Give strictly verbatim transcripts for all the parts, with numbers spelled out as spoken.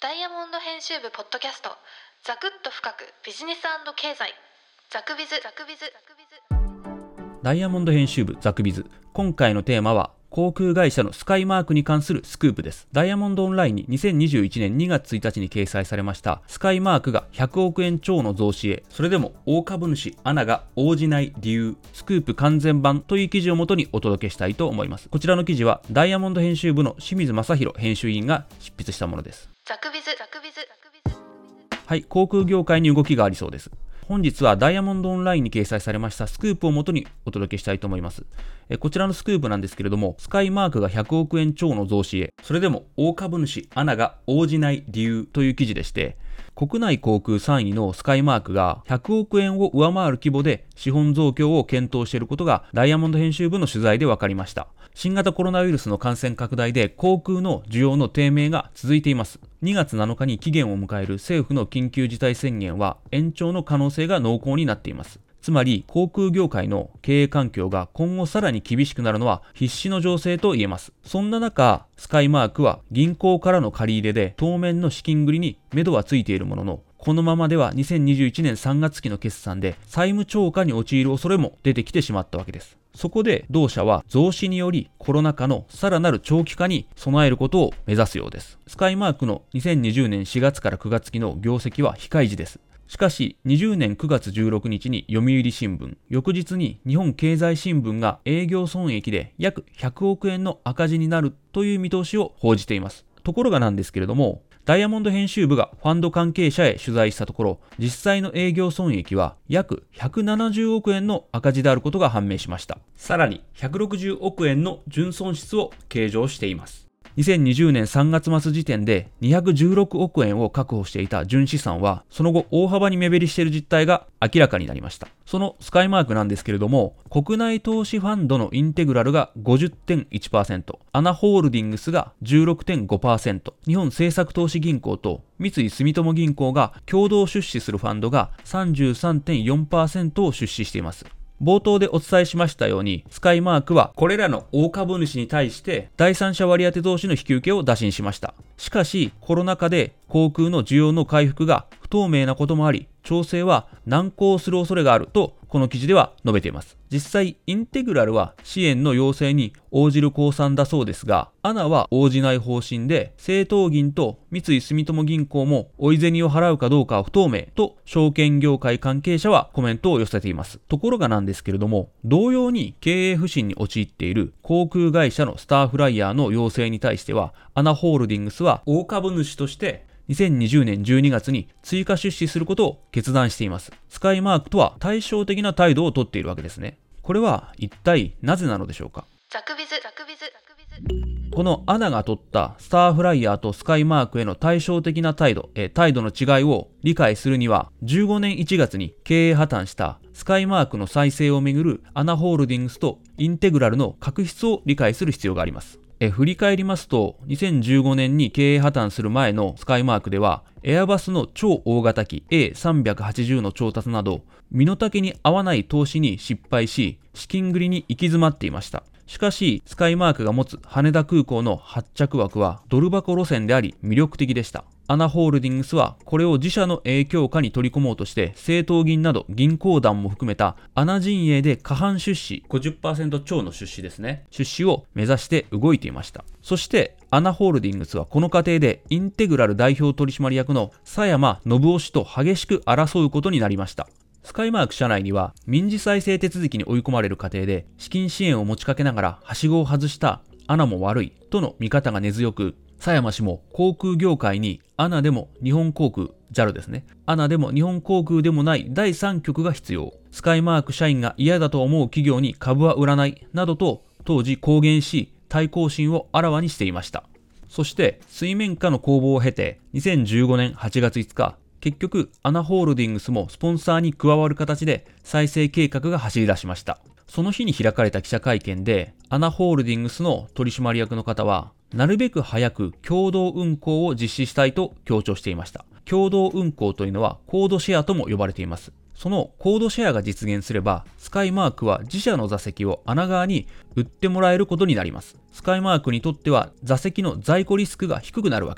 ダイヤモンド編集部ポッドキャスト、ザクッと深くビジネス&経済、ザクビズザクビズザクビズ。 ダイヤモンド編集部ザクビズ。今回のテーマは航空会社のスカイマークに関するスクープです。ダイヤモンドオンラインににせんにじゅういちねんにがつついたちに掲載されましたスカイマークがひゃくおくえん超の増資へ、それでも大株主アナが応じない理由、スクープ完全版という記事をもとにお届けしたいと思います。こちらの記事はダイヤモンド編集部の清水正弘編集員が執筆したものです。 ザクビズザクビズザクビズ。 はい、航空業界に動きがありそうです。本日はダイヤモンドオンラインに掲載されましたスクープをもとにお届けしたいと思います。えこちらのスクープなんですけれども、スカイマークがひゃくおくえん超の増資へ、それでも大株主アナが応じない理由という記事でして、国内航空さんいのスカイマークがひゃくおくえんを上回る規模で資本増強を検討していることがダイヤモンド編集部の取材で分かりました。新型コロナウイルスの感染拡大で航空の需要の低迷が続いています。にがつなのかに期限を迎える政府の緊急事態宣言は延長の可能性が濃厚になっています。つまり航空業界の経営環境が今後さらに厳しくなるのは必至の情勢と言えます。そんな中、スカイマークは銀行からの借り入れで当面の資金繰りに目処はついているものの、このままではにせんにじゅういちねんさんがつきの決算で債務超過に陥る恐れも出てきてしまったわけです。そこで同社は増資によりコロナ禍のさらなる長期化に備えることを目指すようです。スカイマークのにせんにじゅうねんしがつからくがつ期の業績は非開示です。しかしにじゅうねんくがつじゅうろくにちに読売新聞、翌日に日本経済新聞が営業損益で約ひゃくおくえんの赤字になるという見通しを報じています。ところがなんですけれども、ダイヤモンド編集部がファンド関係者へ取材したところ、実際の営業損益は約ひゃくななじゅうおくえんの赤字であることが判明しました。さらにひゃくろくじゅうおくえんの純損失を計上しています。にせんにじゅうねんさんがつ末時点でにひゃくじゅうろくおくえんを確保していた純資産は、その後大幅に目減りしている実態が明らかになりました。そのスカイマークなんですけれども、国内投資ファンドのインテグラルが ごじゅってんいちパーセント、アナホールディングスが じゅうろくてんごパーセント、日本政策投資銀行と三井住友銀行が共同出資するファンドが さんじゅうさんてんよんパーセント を出資しています。冒頭でお伝えしましたように、スカイマークはこれらの大株主に対して第三者割当投資の引き受けを打診しました。しかしコロナ禍で航空の需要の回復が不透明なこともあり、調整は難航する恐れがあるとこの記事では述べています。実際インテグラルは支援の要請に応じる公算だそうですが、アナは応じない方針で、政党銀と三井住友銀行も追い銭を払うかどうかは不透明と証券業界関係者はコメントを寄せています。ところがなんですけれども、同様に経営不振に陥っている航空会社のスターフライヤーの要請に対しては、アナホールディングスは大株主としてにせんにじゅうねんじゅうにがつに追加出資することを決断しています。スカイマークとは対照的な態度をとっているわけですね。これは一体なぜなのでしょうか。 ザクビズザクビズザクビズ。 このアナが取ったスターフライヤーとスカイマークへの対照的な態度、え態度の違いを理解するには、じゅうごねんいちがつに経営破綻したスカイマークの再生をめぐるアナホールディングスとインテグラルの確執を理解する必要があります。え振り返りますと、にせんじゅうごねんに経営破綻する前のスカイマークでは、エアバスの超大型機 エーさんびゃくはちじゅう の調達など、身の丈に合わない投資に失敗し、資金繰りに行き詰まっていました。しかし、スカイマークが持つ羽田空港の発着枠はドル箱路線であり魅力的でした。アナホールディングスはこれを自社の影響下に取り込もうとして、政党銀など銀行団も含めたアナ陣営で過半出資 ごじゅっパーセント 超の出資ですね。出資を目指して動いていました。そしてアナホールディングスはこの過程でインテグラル代表取締役の佐山信夫氏と激しく争うことになりました。スカイマーク社内には民事再生手続きに追い込まれる過程で資金支援を持ちかけながらはしごを外したアナも悪いとの見方が根強く、佐山氏も航空業界にアナでも日本航空 ジャル ですね、アナでも日本航空でもない第三極が必要、スカイマーク社員が嫌だと思う企業に株は売らないなどと当時公言し、対抗心をあらわにしていました。そして水面下の攻防を経てにせんじゅうごねんはちがついつか、結局アナホールディングスもスポンサーに加わる形で再生計画が走り出しました。その日に開かれた記者会見で、アナホールディングスの取締役の方は、なるべく早く共同運航を実施したいと強調していました。共同運航というのはコードシェアとも呼ばれています。そのコードシェアが実現すれば、スカイマークは自社の座席をアナ側に売ってもらえることになります。スカイマークにとっては座席の在庫リスクが低くなるわけです。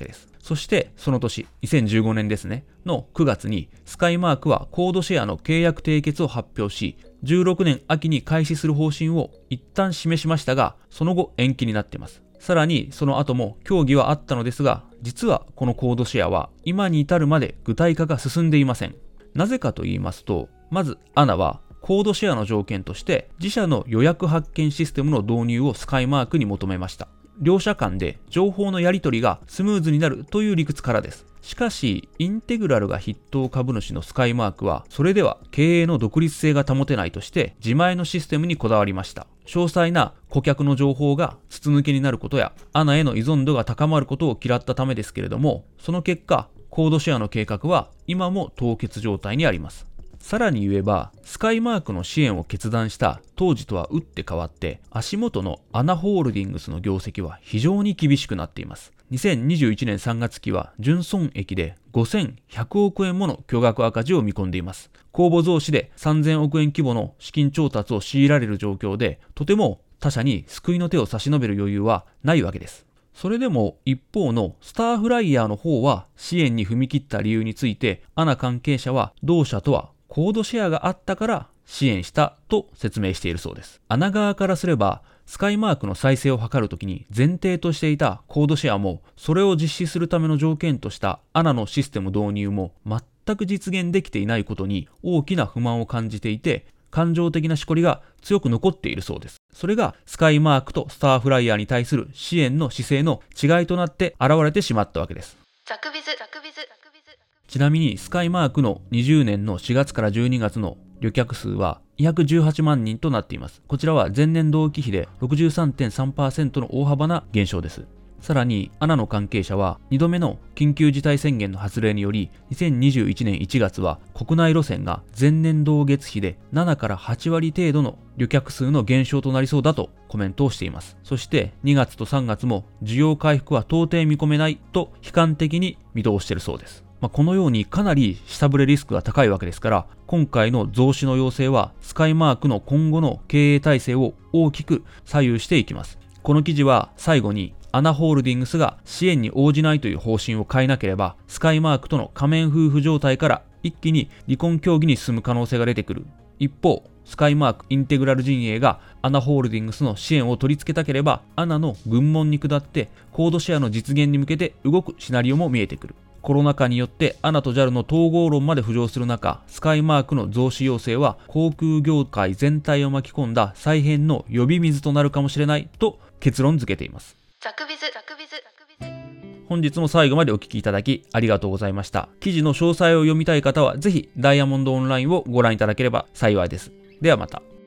そしてその年、にせんじゅうごねんですね、のくがつにスカイマークはコードシェアの契約締結を発表し、じゅうろくねん秋に開始する方針を一旦示しましたが、その後延期になっています。さらにその後も協議はあったのですが、実はこのコードシェアは今に至るまで具体化が進んでいません。なぜかと言いますと、まずアナはコードシェアの条件として自社の予約発見システムの導入をスカイマークに求めました。両者間で情報のやり取りがスムーズになるという理屈からです。しかし、インテグラルが筆頭株主のスカイマークは、それでは経営の独立性が保てないとして自前のシステムにこだわりました。詳細な顧客の情報が筒抜けになることや、アナへの依存度が高まることを嫌ったためですけれども、その結果、コードシェアの計画は今も凍結状態にあります。さらに言えば、スカイマークの支援を決断した当時とは打って変わって、足元のアナホールディングスの業績は非常に厳しくなっています。にせんにじゅういちねんさんがつ期は純損益でごせんひゃくおくえんもの巨額赤字を見込んでいます。公募増資でさんぜんおくえん規模の資金調達を強いられる状況で、とても他社に救いの手を差し伸べる余裕はないわけです。それでも一方のスターフライヤーの方は支援に踏み切った理由について、アナ関係者は同社とはコードシェアがあったから支援したと説明しているそうです。アナ側からすれば、スカイマークの再生を図るときに前提としていたコードシェアも、それを実施するための条件としたアナのシステム導入も全く実現できていないことに大きな不満を感じていて、感情的なしこりが強く残っているそうです。それがスカイマークとスターフライヤーに対する支援の姿勢の違いとなって現れてしまったわけです。 ザクビズザクビズちなみにスカイマークのにじゅうねんのしがつからじゅうにがつの旅客数はにひゃくじゅうはちまんにんとなっています。こちらは前年同期比で ろくじゅうさんてんさんパーセント の大幅な減少です。さらに、アナの関係者はにどめの緊急事態宣言の発令により、にせんにじゅういちねんいちがつは国内路線が前年同月比でななからはちわり程度の旅客数の減少となりそうだとコメントをしています。そしてにがつとさんがつも需要回復は到底見込めないと悲観的に見通しているそうです。まあ、このようにかなり下振れリスクが高いわけですから、今回の増資の要請はスカイマークの今後の経営体制を大きく左右していきます。この記事は最後に、アナホールディングスが支援に応じないという方針を変えなければ、スカイマークとの仮面夫婦状態から一気に離婚協議に進む可能性が出てくる。一方、スカイマークインテグラル陣営がアナホールディングスの支援を取り付けたければ、アナの軍門に下ってコードシェアの実現に向けて動くシナリオも見えてくる。コロナ禍によってアナと ジャル の統合論まで浮上する中、スカイマークの増資要請は航空業界全体を巻き込んだ再編の呼び水となるかもしれないと結論付けています。 ザクビズザクビズザクビズ本日も最後までお聞きいただきありがとうございました。記事の詳細を読みたい方はぜひダイヤモンドオンラインをご覧いただければ幸いです。ではまた。